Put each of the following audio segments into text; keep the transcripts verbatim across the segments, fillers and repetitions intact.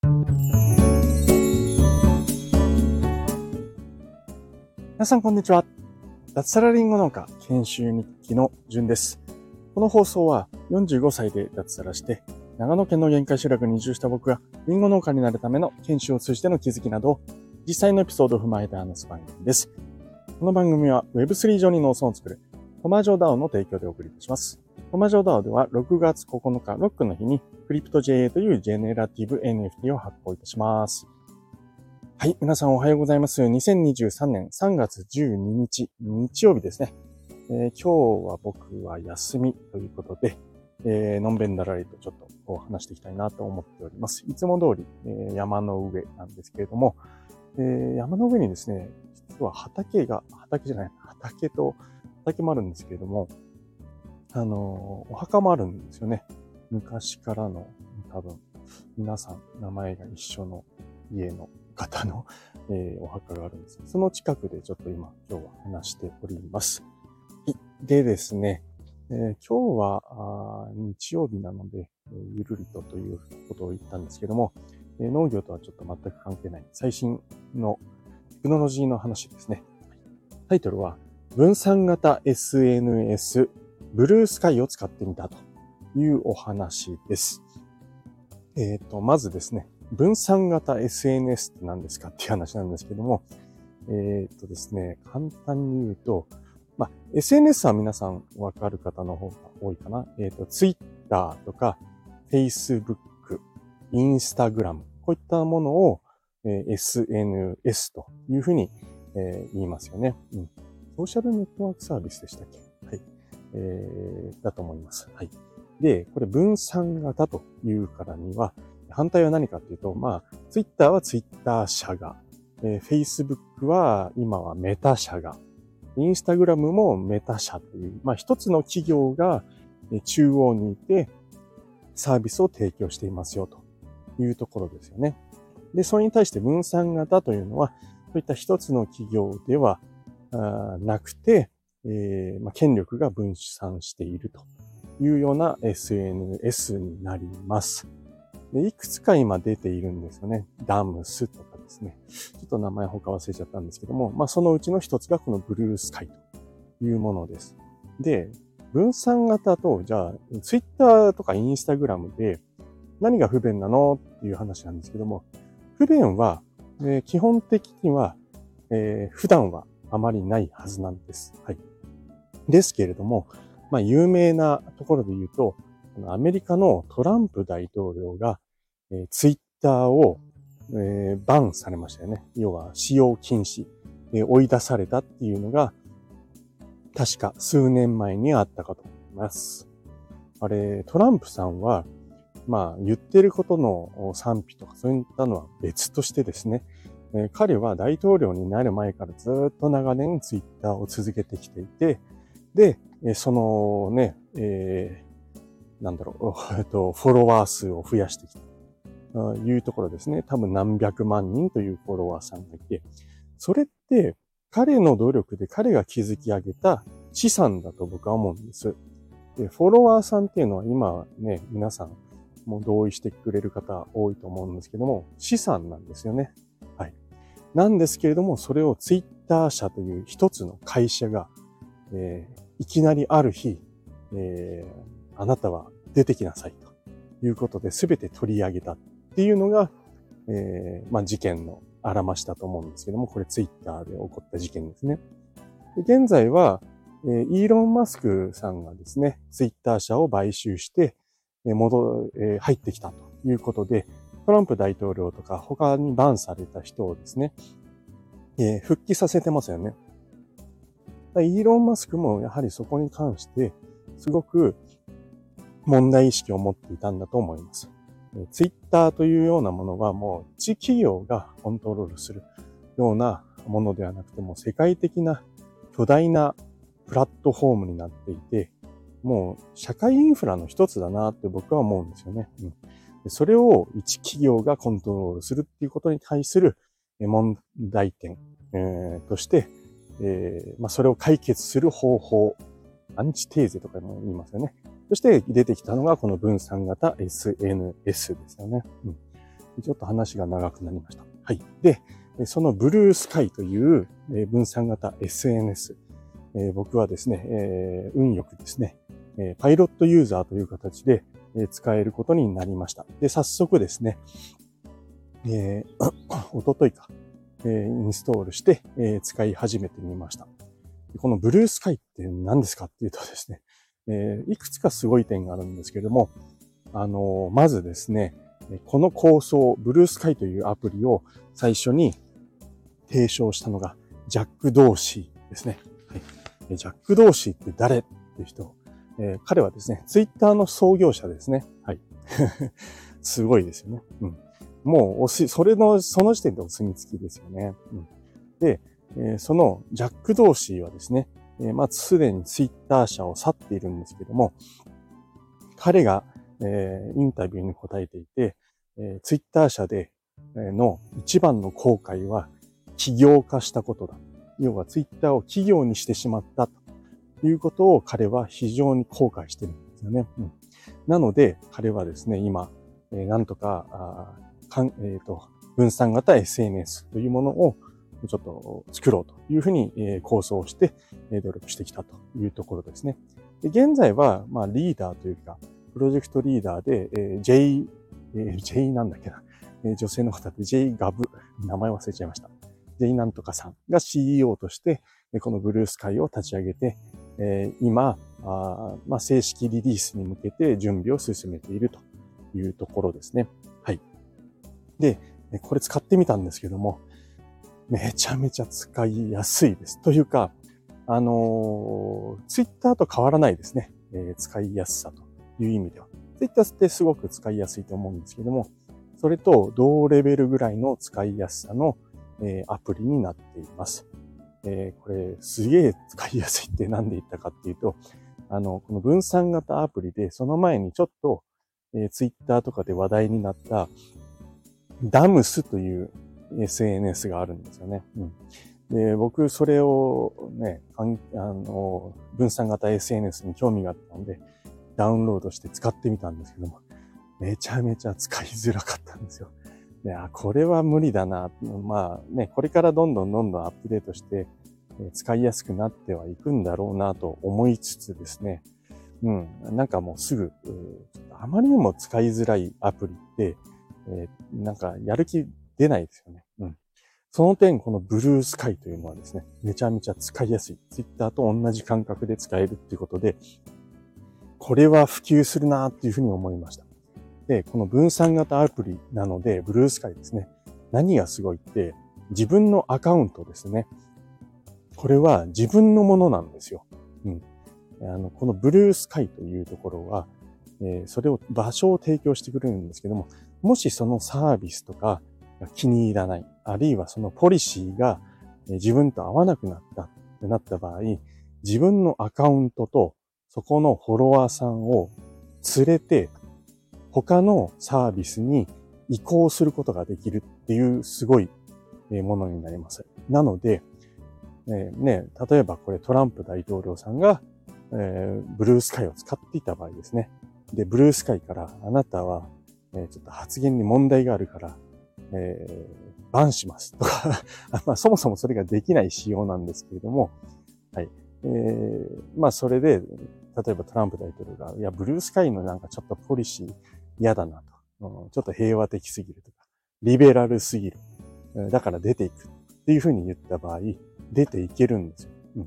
皆さんこんにちは。脱サラリンゴ農家研修日記のじゅんです。この放送はよんじゅうごさいで脱サラして長野県の限界集落に移住した僕がリンゴ農家になるための研修を通じての気づきなどを実際のエピソードを踏まえて話す番組です。この番組は ウェブスリー 上に農村を作るトマジョダオの提供でお送りいたします。トマジョダオではろくがつここのかロックの日にクリプト ジェーエー というジェネラティブ エヌエフティー を発行いたします。はい。皆さんおはようございます。にせんにじゅうさんねんさんがつじゅうににち、日曜日ですね。えー、今日は僕は休みということで、えー、のんべんだらりとちょっとこう話していきたいなと思っております。いつも通り、えー、山の上なんですけれども、えー、山の上にですね、実は畑が、畑じゃない、畑と、畑もあるんですけれども、あのー、お墓もあるんですよね。昔からの、多分、皆さん名前が一緒の家の方の、えー、お墓があるんです。その近くでちょっと今、今日は話しております。でですね、えー、今日はあ日曜日なので、えー、ゆるりとということを言ったんですけども、えー、農業とはちょっと全く関係ない最新のテクノロジーの話ですね。タイトルは、分散型 エスエヌエス ブルースカイを使ってみたというお話です。えっと、まずですね、分散型 エスエヌエス って何ですかっていう話なんですけども、えっとですね、簡単に言うと、まあ、エスエヌエス は皆さんわかる方の方が多いかな。えっと、Twitter とか Facebook、Instagram、こういったものを、えー、エスエヌエス というふうに、えー、言いますよね、うん。ソーシャルネットワークサービスでしたっけ？はい。えー、だと思います。はい。で、これ分散型というからには、反対は何かというと、まあ、Twitter は Twitter 社が、えー、Facebook は今はメタ社が、インスタグラムもメタ社という、まあ一つの企業が中央にいてサービスを提供していますよというところですよね。で、それに対して分散型というのは、そういった一つの企業ではなくて、えーまあ、権力が分散しているというような エスエヌエス になります。で、いくつか今出ているんですよね。ダムスとかですね。ちょっと名前他忘れちゃったんですけども、まあそのうちの一つがこのブルースカイというものです。で、分散型と、じゃあ、ツイッターとかインスタグラムで何が不便なのっていう話なんですけども、不便は、えー、基本的には、えー、普段はあまりないはずなんです。はい。ですけれども、まあ有名なところで言うと、アメリカのトランプ大統領が、えー、ツイッターを、えー、バンされましたよね。要は使用禁止、えー、追い出されたっていうのが、確か数年前にあったかと思います。あれ、トランプさんは、まあ言ってることの賛否とかそういったのは別としてですね、えー、彼は大統領になる前からずっと長年ツイッターを続けてきていて、で、そのね、えーなんだろう、えっと、フォロワー数を増やしてきたというところですね。多分何百万人というフォロワーさんがいて、それって彼の努力で彼が築き上げた資産だと僕は思うんです。で、フォロワーさんっていうのは今ね、皆さんも同意してくれる方多いと思うんですけども、資産なんですよね。はい。なんですけれども、それをツイッター社という一つの会社が、えー、いきなりある日、えーあなたは出てきなさいということで全て取り上げたっていうのが、えー、まあ事件のあらましだと思うんですけども、これツイッターで起こった事件ですね。で現在は、えー、イーロン・マスクさんがですね、ツイッター社を買収して、えー、戻、えー、入ってきたということで、トランプ大統領とか他にバンされた人をですね、えー、復帰させてますよね。イーロン・マスクもやはりそこに関してすごく問題意識を持っていたんだと思います。ツイッターというようなものはもう一企業がコントロールするようなものではなくても世界的な巨大なプラットフォームになっていて、もう社会インフラの一つだなって僕は思うんですよね。うん、でそれを一企業がコントロールするっていうことに対する問題点、えー、として、えーまあ、それを解決する方法、アンチテーゼとかも言いますよね。そして出てきたのがこの分散型 エスエヌエス ですよね。うん、 ちょっと話が長くなりました。はい。で、そのブルースカイという分散型 エスエヌエス、えー、僕はですね、えー、運よくですね、えー、パイロットユーザーという形で、えー、使えることになりました。で、早速ですね、えー、おとといか、えー、インストールして、えー、使い始めてみました。このブルースカイって何ですかっていうとですね、えー、いくつかすごい点があるんですけれども、あのー、まずですね、この構想、ブルースカイというアプリを最初に提唱したのがジャック・ドーシーですね。はい、ジャック・ドーシーって誰っていう人、えー、彼はですね、ツイッターの創業者ですね。はい。すごいですよね。うん。もうおし、それの、その時点でお墨付きですよね。うん、で、えー、そのジャック・ドーシーはですね、えー、まあ、すでにツイッター社を去っているんですけども、彼が、えー、インタビューに答えていて、えー、ツイッター社での一番の後悔は企業化したことだ。要はツイッターを企業にしてしまったということを彼は非常に後悔してるんですよね。うん、なので彼はですね、今、えー、なんとか、あかんえーと、分散型 エスエヌエス というものをちょっと作ろうというふうに、えー、構想して努力してきたというところですね。で現在は、まあ、リーダーというか、プロジェクトリーダーで、えー、J、えー、J なんだっけな、えー、女性の方で J ガブ、名前忘れちゃいました。J なんとかさんが シーイーオー として、このブルースカイを立ち上げて、えー、今、あまあ、正式リリースに向けて準備を進めているというところですね。はい。で、これ使ってみたんですけども、めちゃめちゃ使いやすいです。というか、あのー、ツイッターと変わらないですね。えー、使いやすさという意味では。ツイッターってすごく使いやすいと思うんですけども、それと同レベルぐらいの使いやすさの、えー、アプリになっています。えー、これすげえ使いやすいってなんで言ったかっていうと、あの、この分散型アプリで、その前にちょっと、えー、ツイッターとかで話題になったダムスという エスエヌエス があるんですよね。うん、で僕、それをね、あの、分散型 エスエヌエス に興味があったので、ダウンロードして使ってみたんですけども、めちゃめちゃ使いづらかったんですよ。で、あ、これは無理だな。まあね、これからどんどんどんどんアップデートして、使いやすくなってはいくんだろうなと思いつつですね、うん、なんかもうすぐ、あまりにも使いづらいアプリって、えー、なんかやる気出ないですよね。うん。その点、このブルースカイというのはですね、めちゃめちゃ使いやすい。ツイッターと同じ感覚で使えるっていうことで、これは普及するなっていうふうに思いました。で、この分散型アプリなので、ブルースカイですね。何がすごいって、自分のアカウントですね。これは自分のものなんですよ。うん。あの、このブルースカイというところは、えー、それを、場所を提供してくれるんですけども、もしそのサービスとかが気に入らない、あるいはそのポリシーが自分と合わなくなったってなった場合、自分のアカウントとそこのフォロワーさんを連れて他のサービスに移行することができるっていうすごいものになります。なので、えー、ね、例えばこれトランプ大統領さんが、えー、ブルースカイを使っていた場合ですね。で、ブルースカイからあなたは、えー、ちょっと発言に問題があるから、えー、バンしますとかまあ、そもそもそれができない仕様なんですけれども、はい。えー、まあそれで、例えばトランプ大統領が、いや、ブルースカイのなんかちょっとポリシー嫌だなと、うん、ちょっと平和的すぎるとか、リベラルすぎる。だから出ていくっていうふうに言った場合、出ていけるんですよ。うん、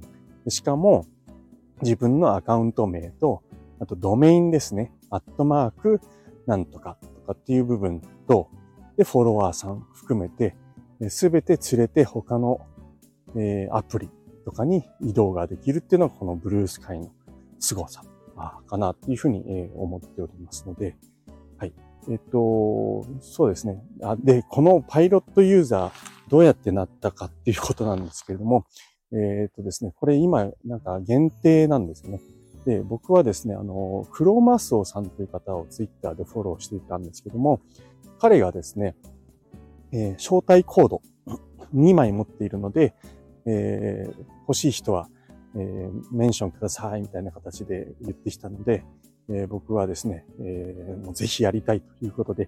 しかも、自分のアカウント名と、あとドメインですね。アットマークなんとかとかっていう部分と、で、フォロワーさん含めて、すべて連れて他の、えー、アプリとかに移動ができるっていうのがこのブルースカイの凄さかなっていうふうに思っておりますので、はい。えっと、そうですね。あで、このパイロットユーザーどうやってなったかっていうことなんですけれども、えっとですね、これ今なんか限定なんですね。で、僕はですね、あの、クロマスオさんという方をツイッターでフォローしていたんですけども、彼がですね、えー、招待コードにまい持っているので、えー、欲しい人は、えー、メンションくださいみたいな形で言ってきたので、えー、僕はですね、えー、もうぜひやりたいということで、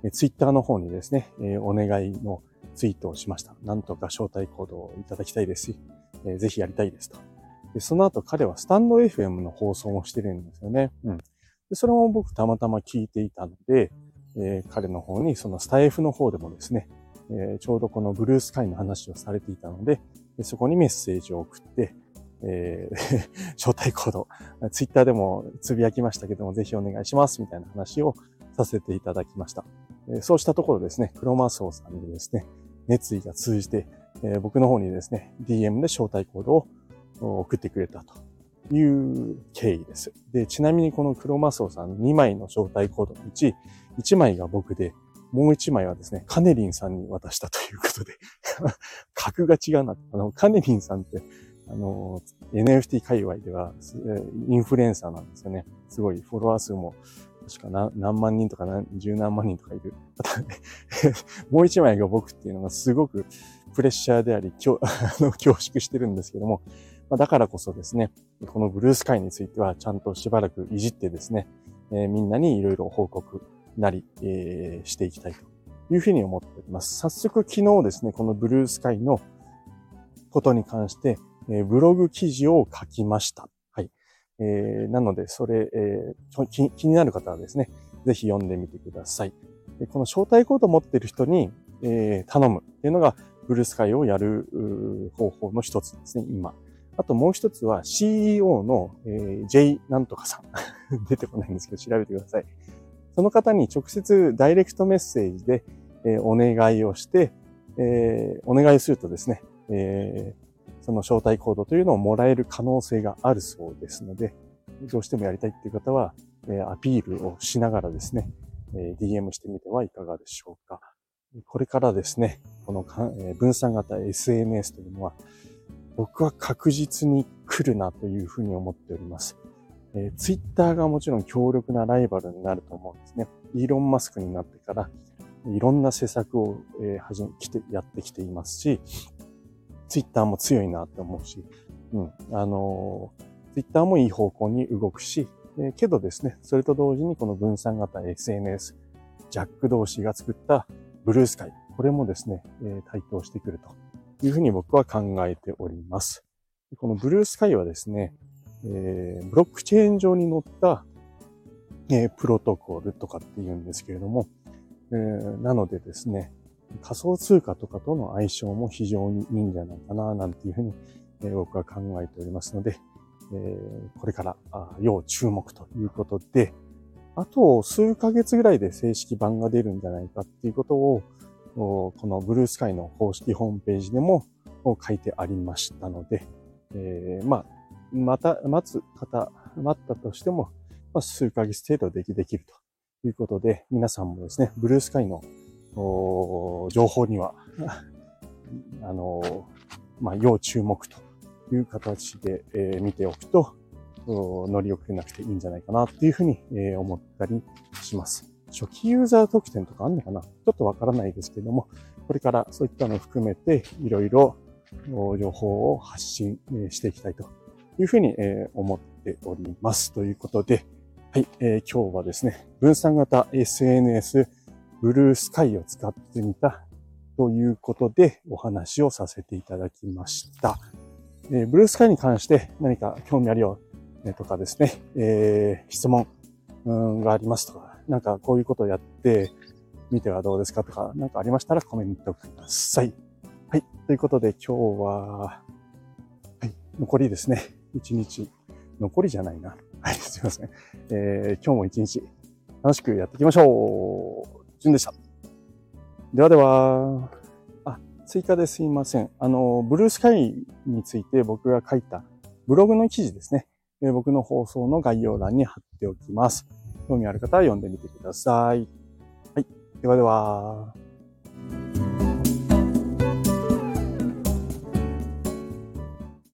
えー、ツイッターの方にですね、えー、お願いのツイートをしました。なんとか招待コードをいただきたいですし、えー、ぜひやりたいですと。で、その後彼はスタンド エフエム の放送もしてるんですよね。うん。で、それも僕たまたま聞いていたので、えー、彼の方にそのスタイフの方でもですね、えー、ちょうどこのブルースカイの話をされていたので、でそこにメッセージを送って、えー、招待コード、ツイッターでもつぶやきましたけども、ぜひお願いしますみたいな話をさせていただきました。えー、そうしたところですね、クロマソーさんにですね、熱意が通じて、えー、僕の方にですね、ディーエム で招待コードを送ってくれたという経緯です。で、ちなみにこのクロマソーさんにまいの招待コードのうち、いちまいが僕で、もういちまいはですね、カネリンさんに渡したということで、格が違うな。あの、カネリンさんって、あの、エヌエフティー 界隈では、インフルエンサーなんですよね。すごいフォロワー数も、確か何何万人とか何十何万人とかいる方で、もう一枚が僕っていうのがすごくプレッシャーであり、恐縮してるんですけども、だからこそですね、このブルースカイについてはちゃんとしばらくいじってですね、えー、みんなにいろいろ報告なり、えー、していきたいというふうに思っております。早速昨日ですね、このブルースカイのことに関して、えー、ブログ記事を書きました。はい。えー、なので、それ、えー気、気になる方はですね、ぜひ読んでみてください。でこの招待コードを持っている人に、えー、頼むっていうのが、ブルースカイをやる方法の一つですね、今。あともう一つは シーイーオー の、えー、J なんとかさん。出てこないんですけど、調べてください。その方に直接ダイレクトメッセージで、えー、お願いをして、えー、お願いするとですね、えー、その招待コードというのをもらえる可能性があるそうですので、どうしてもやりたいっていう方は、えー、アピールをしながらですね、えー、ディーエム してみてはいかがでしょうか。これからですね、この分散型 エスエヌエス というのは、僕は確実に来るなというふうに思っております。えー、ツイッターがもちろん強力なライバルになると思うんですね。イーロン・マスクになってから、いろんな施策を、えー、はじめ、来て、やってきていますし、ツイッターも強いなって思うし、うん、あのー、ツイッターもいい方向に動くし、えー、けどですね、それと同時にこの分散型 エスエヌエス、ジャック同士が作ったブルースカイ、これもですね、えー、台頭してくるというふうに僕は考えております。このブルースカイはですね、えー、ブロックチェーン上に乗った、えー、プロトコルとかって言うんですけれども、えー、なのでですね、仮想通貨とかとの相性も非常にいいんじゃないかな、なんていうふうに、えー、僕は考えておりますので、えー、これから要注目ということで、あと数ヶ月ぐらいで正式版が出るんじゃないかっていうことを、このブルースカイの公式ホームページでも書いてありましたので、えー、まあ、また、待つ方、待ったとしても、まあ、数ヶ月程度できできるということで、皆さんもですね、ブルースカイの情報には、あの、まあ、要注目という形で、えー、見ておくと、乗り遅れなくていいんじゃないかなっていうふうに、えー、思ったりします。初期ユーザー特典とかあるのかなちょっとわからないですけども、これからそういったのを含めて、いろいろ情報を発信していきたいというふうに思っております。ということで、はい、えー、今日はですね、分散型 エスエヌエス ブルースカイを使ってみたということでお話をさせていただきました。えー、ブルースカイに関して何か興味あるよとかですね、えー、質問がありますとか、なんかこういうことをやってみてはどうですかとか、なんかありましたらコメントください。はい。ということで今日は、はい、残りですね。一日。残りじゃないな。はい、すいません。えー、今日も一日楽しくやっていきましょう。じゅんでした。ではでは、あ、追加ですいません。あの、ブルースカイについて僕が書いたブログの記事ですね。えー、僕の放送の概要欄に貼っておきます。興味ある方は読んでみてください。はい。ではでは。